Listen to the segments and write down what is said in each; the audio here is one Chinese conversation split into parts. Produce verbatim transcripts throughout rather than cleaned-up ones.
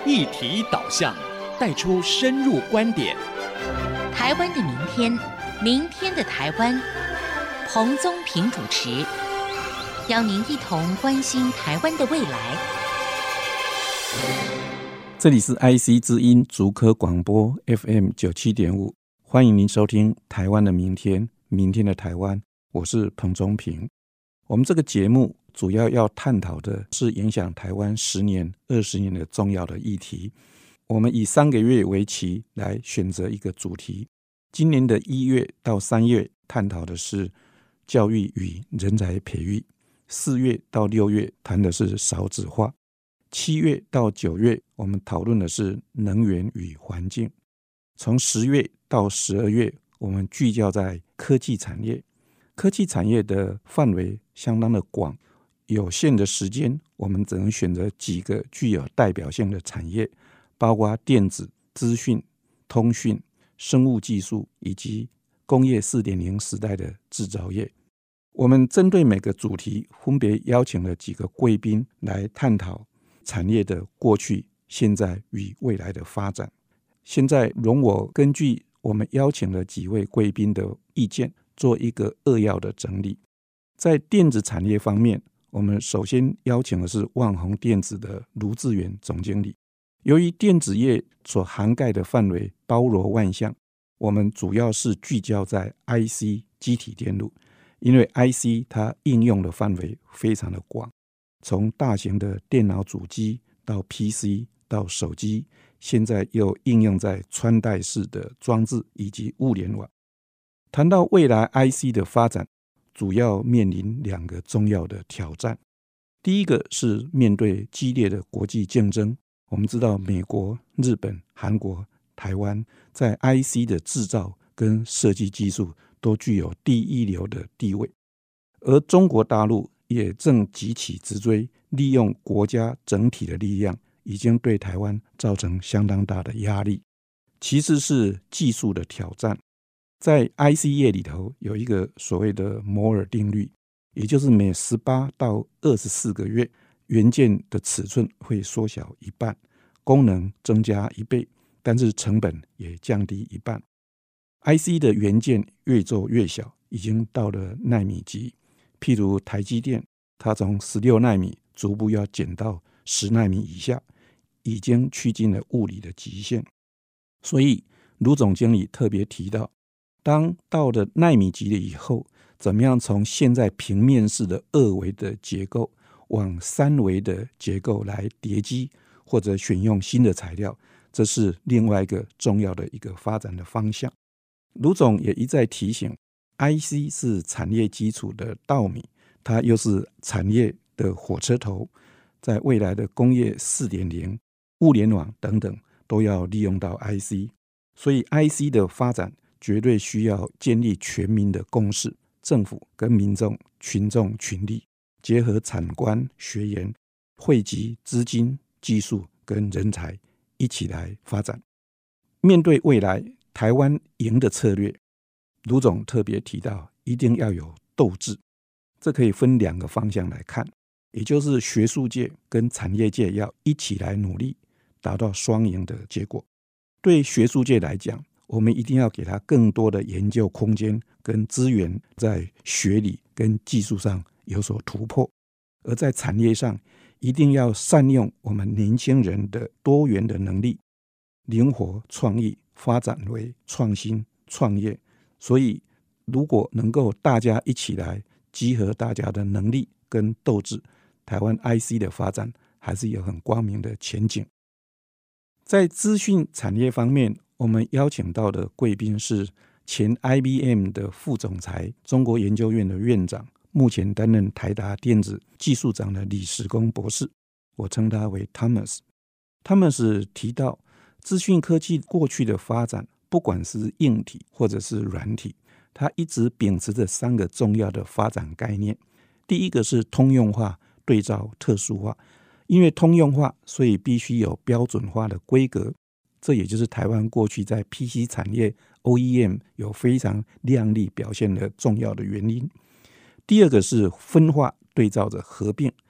议题导向，带出深入观点。 台湾的明天，明天的台湾，彭宗平主持，邀您一同关心台湾的未来。 这里是 I C 之音竹科广播 F M 九十七点五， 欢迎您收听台湾的明天，明天的台湾，我是彭宗平。我们这个节目主要要探讨的是影响台湾十年、二十年的重要的议题。我们以三个月为期来选择一个主题。今年的一月到三月探讨的是教育与人才培育，四月到六月谈的是少子化，七月到九月我们讨论的是能源与环境，从十月到十二月我们聚焦在科技产业。科技产业的范围相当的广，有限的时间我们只能选择几个具有代表性的产业，包括电子、资讯、通讯、生物技术以及工业 四点零 时代的制造业。我们针对每个主题分别邀请了几个贵宾来探讨产业的过去、现在与未来的发展。现在容我根据我们邀请了几位贵宾的意见做一个扼要的整理。在电子产业方面，我们首先邀请的是旺宏电子的卢志远总经理。由于电子业所涵盖的范围包罗万象，我们主要是聚焦在 I C 基体电路，因为 I C 它应用的范围非常的广，从大型的电脑主机到 P C 到手机，现在又应用在穿戴式的装置以及物联网。谈到未来 I C 的发展，主要面临两个重要的挑战。第一个是面对激烈的国际竞争，我们知道美国、日本、韩国、台湾在 I C 的制造跟设计技术都具有第一流的地位，而中国大陆也正急起直追，利用国家整体的力量，已经对台湾造成相当大的压力。其次是技术的挑战，在 I C 业里头有一个所谓的摩尔定律，也就是每十八到二十四个月元件的尺寸会缩小一半，功能增加一倍，但是成本也降低一半。 I C 的元件越做越小，已经到了奈米级，譬如台积电，它从十六奈米逐步要减到十奈米以下，已经趋近了物理的极限。所以卢总经理特别提到，当到了奈米级了以后，怎么样从现在平面式的二维的结构往三维的结构来叠机，或者选用新的材料，这是另外一个重要的一个发展的方向。卢总也一再提醒， I C 是产业基础的稻米，它又是产业的火车头，在未来的工业 四点零、物联网等等都要利用到 I C， 所以 I C 的发展绝对需要建立全民的共识，政府跟民众、群众群力结合产官学研，汇集资金、技术跟人才一起来发展。面对未来台湾赢的策略，卢总特别提到一定要有斗志，这可以分两个方向来看，也就是学术界跟产业界要一起来努力，达到双赢的结果。对学术界来讲，我们一定要给他更多的研究空间跟资源，在学理跟技术上有所突破。而在产业上，一定要善用我们年轻人的多元的能力，灵活创意，发展为创新创业。所以如果能够大家一起来集合大家的能力跟斗志，台湾 I C 的发展还是有很光明的前景。在资讯产业方面，我们邀请到的贵宾是前 I B M 的副总裁、中国研究院的院长，目前担任台达电子技术长的李时恭博士，我称他为 Thomas。Thomas 提到，资讯科技过去的发展，不管是硬体或者是软体，它一直秉持着三个重要的发展概念。第一个是通用化、对照、特殊化。因为通用化，所以必须有标准化的规格，这也就是台湾过去在 P C 产业 O E M 有非常亮丽表现的重要的原因。第二个是分化对照着合并，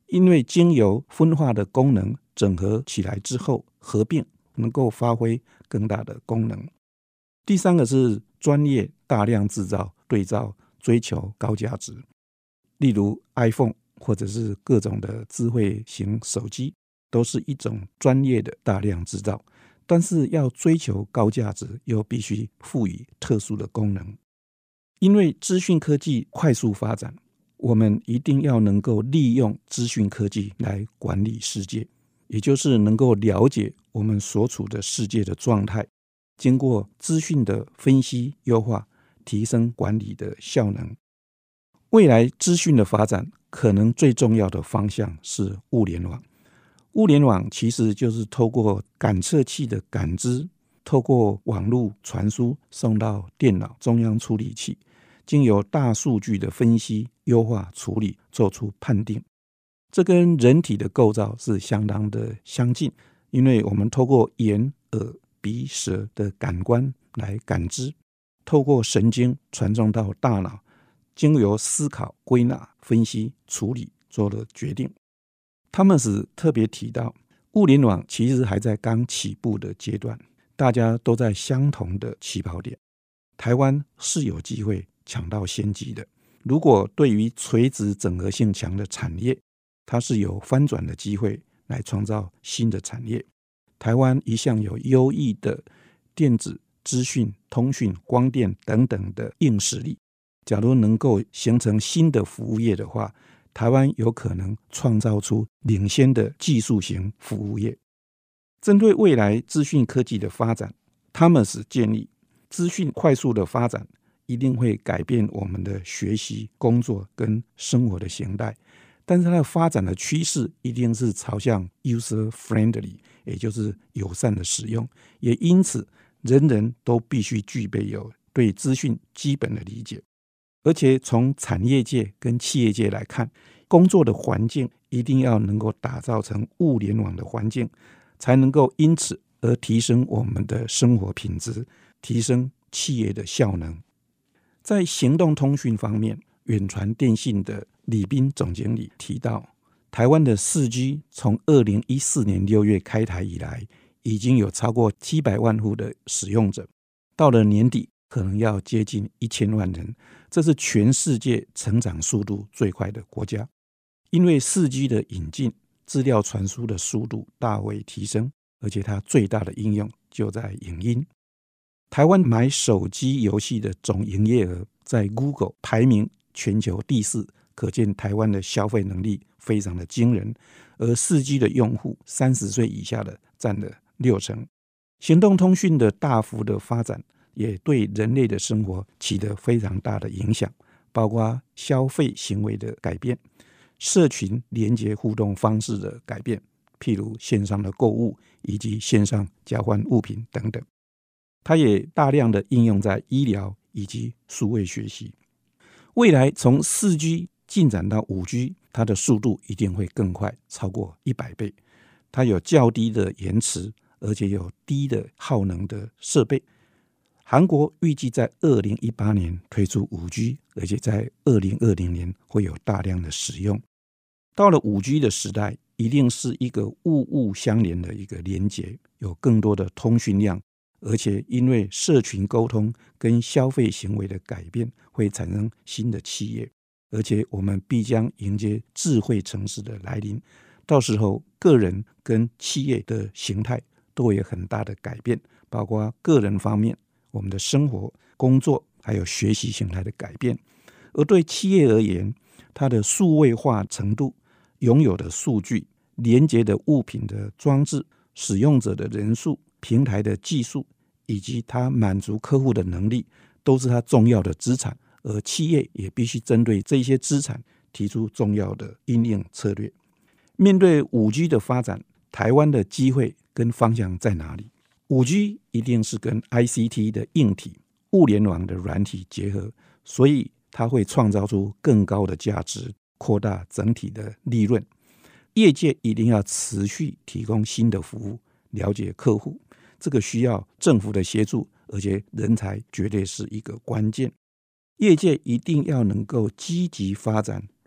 因为经由分化的功能整合起来之后合并，能够发挥更大的功能。第三个是专业大量制造对照追求高价值，例如 iPhone 或者是各种的智慧型手机，都是一种专业的大量制造，但是要追求高价值又必须赋予特殊的功能。因为资讯科技快速发展，我们一定要能够利用资讯科技来管理世界，也就是能够了解我们所处的世界的状态，经过资讯的分析优化，提升管理的效能。未来资讯的发展可能最重要的方向是物联网。物联网其实就是透过感测器的感知，透过网络传输送到电脑中央处理器，经由大数据的分析优化处理，做出判定。这跟人体的构造是相当的相近，因为我们透过眼、耳、鼻、舌的感官来感知，透过神经传送到大脑，经由思考、归纳、分析、处理做了决定。他们是特别提到，物联网其实还在刚起步的阶段，大家都在相同的起跑点。台湾是有机会抢到先机的。如果对于垂直整合性强的产业，它是有翻转的机会来创造新的产业。台湾一向有优异的电子、资讯、通讯、光电等等的硬实力，假如能够形成新的服务业的话，台湾有可能创造出领先的技术型服务业。针对未来资讯科技的发展，他们是建议资讯快速的发展一定会改变我们的学习、工作跟生活的形态，但是它的发展的趋势一定是朝向 user friendly， 也就是友善的使用，也因此人人都必须具备有对资讯基本的理解。而且从产业界跟企业界来看，工作的环境一定要能够打造成物联网的环境，才能够因此而提升我们的生活品质，提升企业的效能。在行动通讯方面，远传电信的李斌总经理提到，台湾的 四 G 从二零一四年六月开台以来，已经有超过七百万户的使用者，到了年底可能要接近一千万人，这是全世界成长速度最快的国家。因为 四 G 的引进，资料传输的速度大为提升，而且它最大的应用就在影音。台湾买手机游戏的总营业额在 Google 排名全球第四，可见台湾的消费能力非常的惊人。而 四 G 的用户三十岁以下的占了六成。行动通讯的大幅的发展也对人类的生活起得非常大的影响，包括消费行为的改变，社群连结互动方式的改变，譬如线上的购物以及线上交换物品等等。它也大量的应用在医疗以及数位学习。未来从 四 G 进展到 五 G， 它的速度一定会更快，超过一百倍。它有较低的延迟，而且有低的耗能的设备。韩国预计在二零一八年推出 五 G， 而且在二零二零年会有大量的使用。到了 五 G 的时代，一定是一个物物相连的一个连结，有更多的通讯量，而且因为社群沟通跟消费行为的改变，会产生新的企业，而且我们必将迎接智慧城市的来临。到时候个人跟企业的形态都会有很大的改变，包括个人方面我们的生活、工作还有学习形态的改变。而对企业而言，它的数位化程度、拥有的数据、连接的物品的装置、使用者的人数、平台的技术以及它满足客户的能力，都是它重要的资产。而企业也必须针对这些资产提出重要的因应策略。面对 五 G 的发展，台湾的机会跟方向在哪里？ 五 G 一定是跟 I C T 的硬体、物联网的软体结合，所以它会创造出更高的价值，扩大整体的利润。业界一定要持续提供新的服务，了解客户，这个需要政府的协助，而且人才绝对是一个关键。业界一定要能够积极发展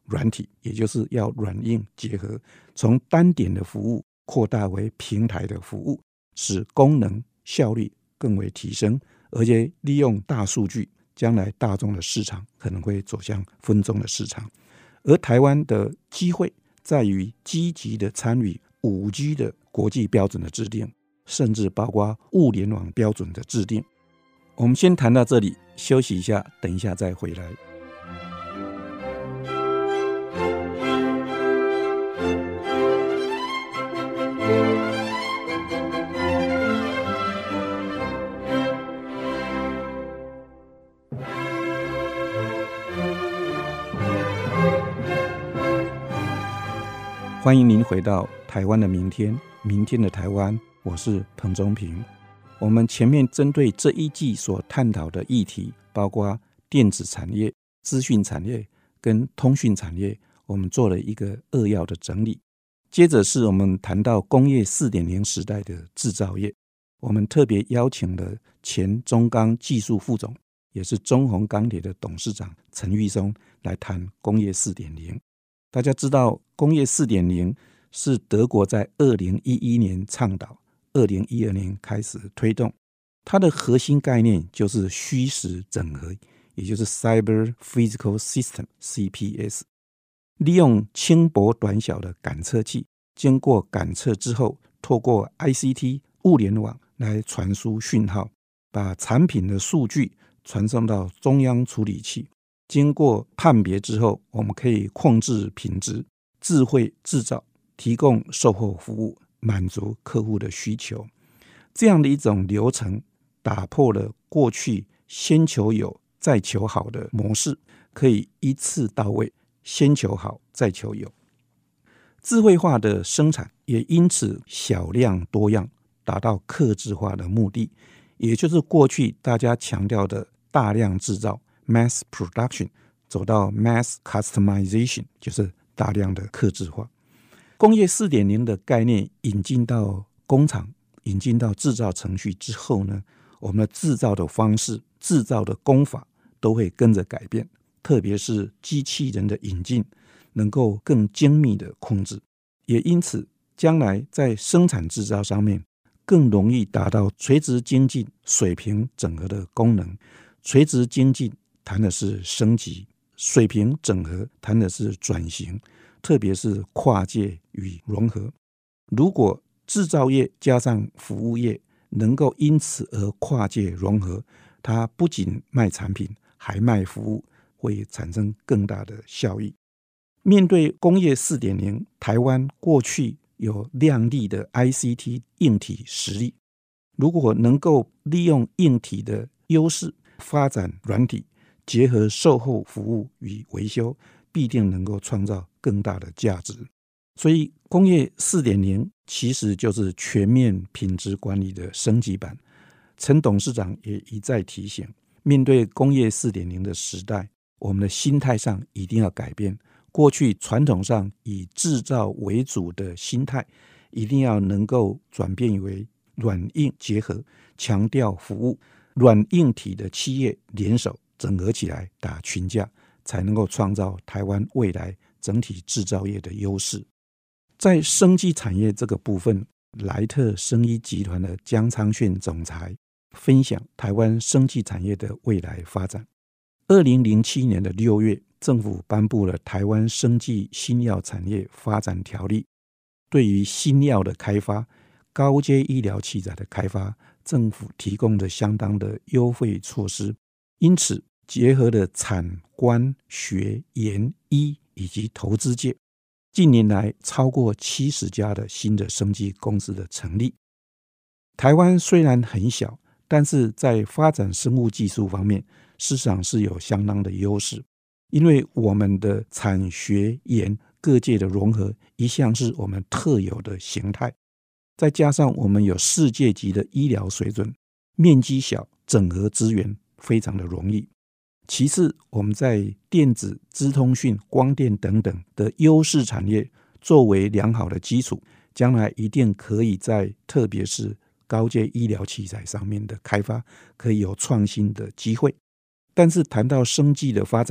软体，也就是要软硬结合，从单点的服务扩大为平台的服务，使功能效率更为提升，而且利用大数据，将来大众的市场可能会走向分众的市场。而台湾的机会在于积极的参与 五 G 的国际标准的制定，甚至包括物联网标准的制定。我们先谈到这里，休息一下，等一下再回来。欢迎您回到台湾的明天，明天的台湾，我是彭中平。我们前面针对这一季所探讨的议题，包括电子产业、资讯产业跟通讯产业，我们做了一个扼要的整理。接着是我们谈到工业 四点零 时代的制造业，我们特别邀请了前中钢技术副总，也是中宏钢铁的董事长陈玉松来谈工业 四点零。大家知道工业 四点零 是德国在二零一一年倡导，二零一二年开始推动，它的核心概念就是虚实整合，也就是 Cyber Physical System C P S， 利用轻薄短小的感测器，经过感测之后，透过 I C T 物联网来传输讯号，把产品的数据传送到中央处理器，经过判别之后，我们可以控制品质，智慧制造，提供售后服务，满足客户的需求。这样的一种流程打破了过去先求有再求好的模式，可以一次到位，先求好再求有。智慧化的生产也因此小量多样，达到客制化的目的，也就是过去大家强调的大量制造 mass production， 走到 mass customization， 就是大量的客制化。工业 四点零 的概念引进到工厂，引进到制造程序之后呢，我们的制造的方式、制造的工法都会跟着改变，特别是机器人的引进，能够更精密的控制，也因此将来在生产制造上面更容易达到垂直精进、水平整合的功能。垂直精进谈的是升级，水平整合谈的是转型，特别是跨界与融合。如果制造业加上服务业能够因此而跨界融合，它不仅卖产品还卖服务，会产生更大的效益。面对工业 四点零， 台湾过去有亮丽的 I C T 硬体实力，如果能够利用硬体的优势发展软体，结合售后服务与维修，必定能够创造更大的价值。所以工业 四点零 其实就是全面品质管理的升级版。陈董事长也一再提醒，面对工业 四点零 的时代，我们的心态上一定要改变。过去传统上以制造为主的心态，一定要能够转变为软硬结合，强调服务，软硬体的企业联手整合起来打群架，才能够创造台湾未来整体制造业的优势。在生技产业这个部分，莱特生医集团的江昌炫总裁分享台湾生技产业的未来发展。二零零七年的六月，政府颁布了台湾生技新药产业发展条例，对于新药的开发、高阶医疗器材的开发，政府提供了相当的优惠措施。因此结合了产官学研医以及投资界，近年来超过七十家的新的生技公司的成立。台湾虽然很小，但是在发展生物技术方面，事实上是有相当的优势。因为我们的产学研各界的融合一向是我们特有的形态，再加上我们有世界级的医疗水准，面积小，整合资源非常的容易。其次，我们在电子、资通讯、光电等等的优势产业作为良好的基础，将来一定可以在特别是高阶医疗器材上面的开发可以有创新的机会。但是谈到生技的发展，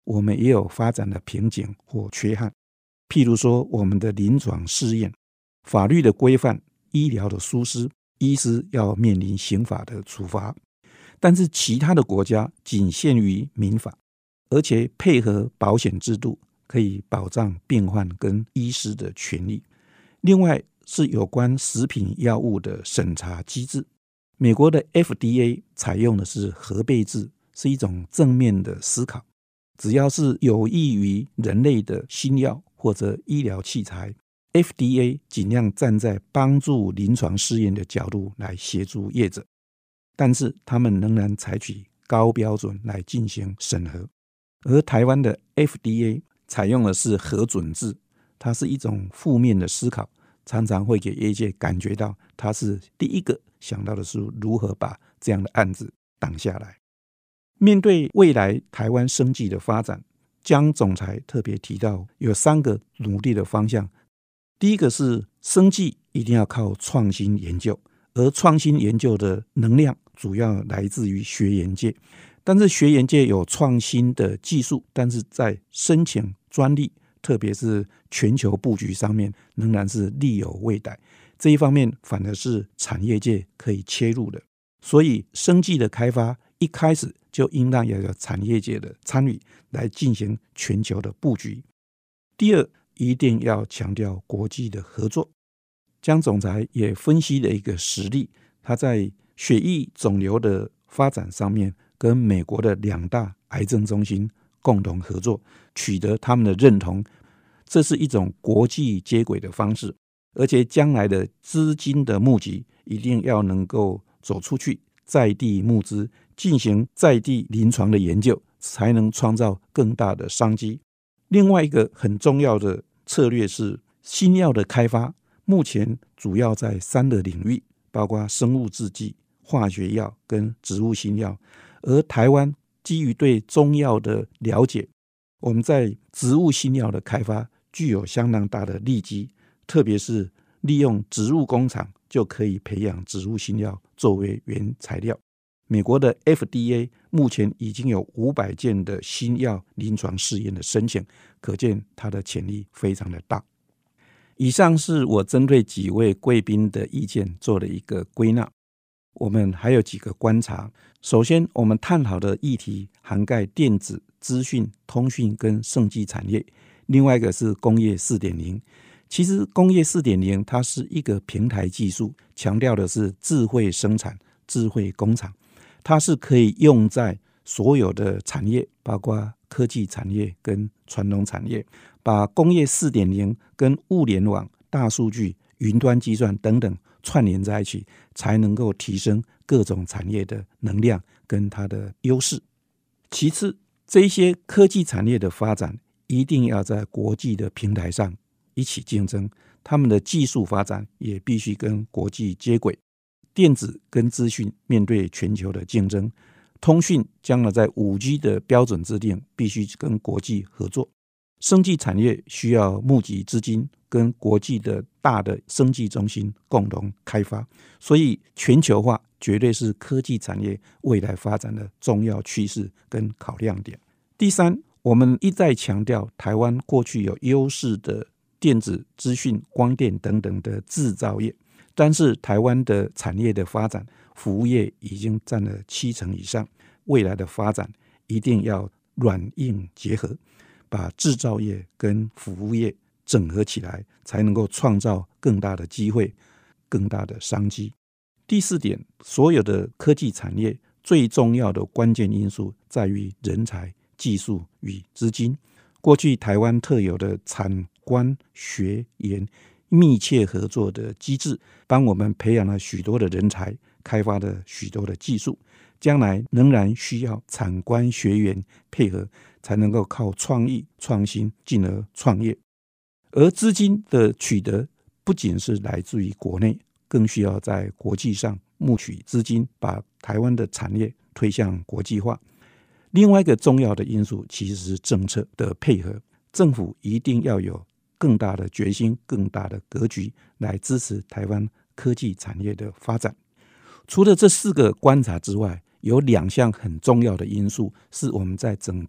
我们也有发展的瓶颈或缺憾，譬如说我们的临床试验、法律的规范、医疗的疏失，医师要面临刑法的处罚。但是其他的国家仅限于民法，而且配合保险制度，可以保障病患跟医师的权利。另外是有关食品药物的审查机制，美国的 F D A 采用的是核备制，是一种正面的思考，只要是有益于人类的新药或者医疗器材， F D A 尽量站在帮助临床试验的角度来协助业者，但是他们仍然采取高标准来进行审核。而台湾的 F D A 采用的是核准制，它是一种负面的思考，常常会给业界感觉到它是第一个想到的是如何把这样的案子挡下来。面对未来台湾生技的发展，江总裁特别提到有三个努力的方向。第一个是生技一定要靠创新研究，而创新研究的能量主要来自于学研界，但是学研界有创新的技术，但是在申请专利特别是全球布局上面仍然是力有未逮，这一方面反而是产业界可以切入的。所以生技的开发一开始就应当要有产业界的参与来进行全球的布局。第二，一定要强调国际的合作。江总裁也分析了一个实例，他在血液肿瘤的发展上面跟美国的两大癌症中心共同合作，取得他们的认同，这是一种国际接轨的方式。而且将来的资金的募集一定要能够走出去，在地募资，进行在地临床的研究，才能创造更大的商机。另外一个很重要的策略是新药的开发，目前主要在三个领域，包括生物制剂、化学药跟植物新药。而台湾基于对中药的了解，我们在植物新药的开发具有相当大的利基，特别是利用植物工厂就可以培养植物新药作为原材料。美国的 F D A 目前已经有五百件的新药临床试验的申请，可见它的潜力非常的大。以上是我针对几位贵宾的意见做了一个归纳，我们还有几个观察。首先，我们探讨的议题涵盖电子、资讯、通讯跟生技产业，另外一个是工业 四点零。其实工业 四点零 它是一个平台技术，强调的是智慧生产、智慧工厂，它是可以用在所有的产业，包括科技产业跟传统产业，把工业 四点零 跟物联网、大数据、云端计算等等串联在一起，才能够提升各种产业的能量跟它的优势。其次，这些科技产业的发展一定要在国际的平台上一起竞争，他们的技术发展也必须跟国际接轨。电子跟资讯面对全球的竞争，通讯将来在 五 G 的标准制定必须跟国际合作，生技产业需要募集资金，跟国际的大的生技中心共同开发。所以全球化绝对是科技产业未来发展的重要趋势跟考量点。第三，我们一再强调台湾过去有优势的电子、资讯、光电等等的制造业，但是台湾的产业的发展，服务业已经占了七成以上，未来的发展一定要软硬结合，把制造业跟服务业整合起来，才能够创造更大的机会、更大的商机。第四点，所有的科技产业最重要的关键因素在于人才、技术与资金。过去台湾特有的产官学研密切合作的机制，帮我们培养了许多的人才，开发了许多的技术，将来仍然需要产官学研配合，才能够靠创意创新进而创业。而资金的取得不仅是来自于国内，更需要在国际上募取资金，把台湾的产业推向国际化。另外一个重要的因素其实是政策的配合，政府一定要有更大的决心、更大的格局来支持台湾科技产业的发展。除了这四个观察之外，有两项很重要的因素是我们在整个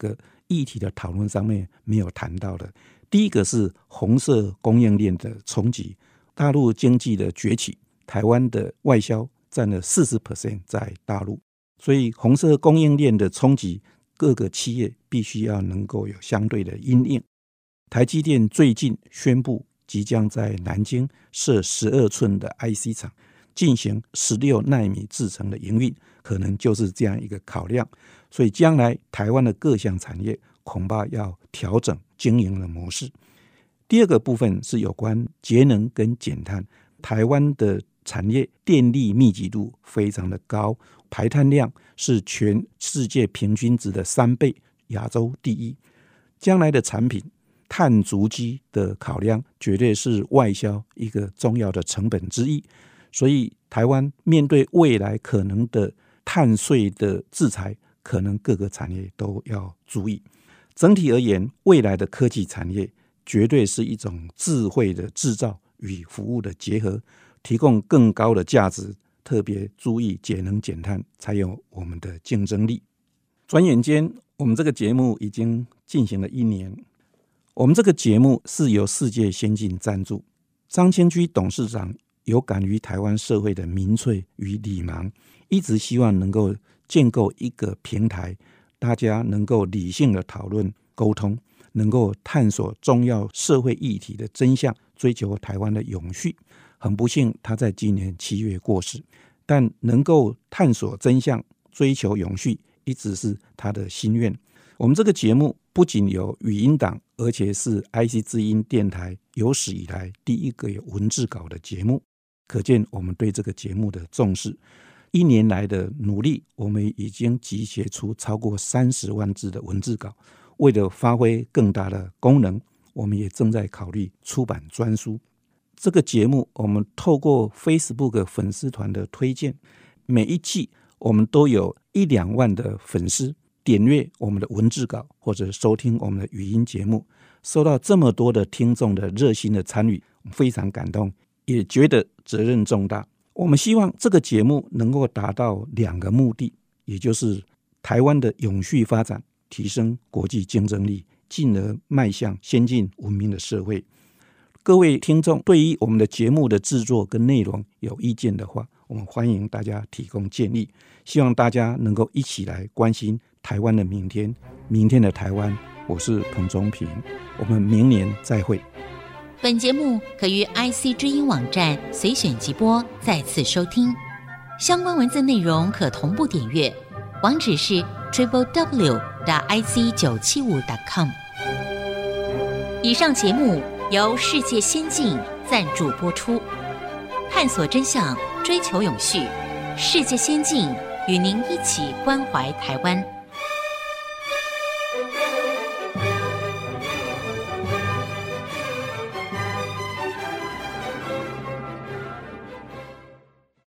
议题的讨论上面没有谈到的。第一个是红色供应链的冲击，大陆经济的崛起，台湾的外销占了 百分之四十 在大陆，所以红色供应链的冲击，各个企业必须要能够有相对的因应。台积电最近宣布即将在南京设十二寸的 I C 厂，进行十六奈米制程的营运，可能就是这样一个考量。所以将来台湾的各项产业恐怕要调整经营的模式。第二个部分是有关节能跟减碳，台湾的产业电力密集度非常的高，排碳量是全世界平均值的三倍，亚洲第一。将来的产品碳足迹的考量绝对是外销一个重要的成本之一，所以台湾面对未来可能的碳税的制裁，可能各个产业都要注意。整体而言，未来的科技产业绝对是一种智慧的制造与服务的结合，提供更高的价值，特别注意节能减碳，才有我们的竞争力。转眼间，我们这个节目已经进行了一年。我们这个节目是由世界先进赞助，张清居董事长有感于台湾社会的民粹与理盲，一直希望能够建构一个平台，大家能够理性的讨论沟通，能够探索重要社会议题的真相，追求台湾的永续。很不幸他在今年七月过世，但能够探索真相，追求永续一直是他的心愿。我们这个节目不仅有语音档，而且是 I C 之音电台有史以来第一个有文字稿的节目，可见我们对这个节目的重视。一年来的努力，我们已经集结出超过三十万字的文字稿。为了发挥更大的功能，我们也正在考虑出版专书。这个节目我们透过 Facebook 粉丝团的推荐，每一季我们都有一两万的粉丝点阅我们的文字稿或者收听我们的语音节目，收到这么多的听众的热心的参与，非常感动，也觉得责任重大。我们希望这个节目能够达到两个目的，也就是台湾的永续发展，提升国际竞争力，进而迈向先进文明的社会。各位听众对于我们的节目的制作跟内容有意见的话，我们欢迎大家提供建议，希望大家能够一起来关心台湾的明天，明天的台湾。我是彭宗平，我们明年再会。 本节目可于 I C 之音网站随选即播再次收听，相关文字内容可同步点阅，网址是 double u double u double u 点 i c 九七五 点 com。 以上节目由世界先进赞助播出，探索真相，追求永续，世界先进与您一起关怀台湾。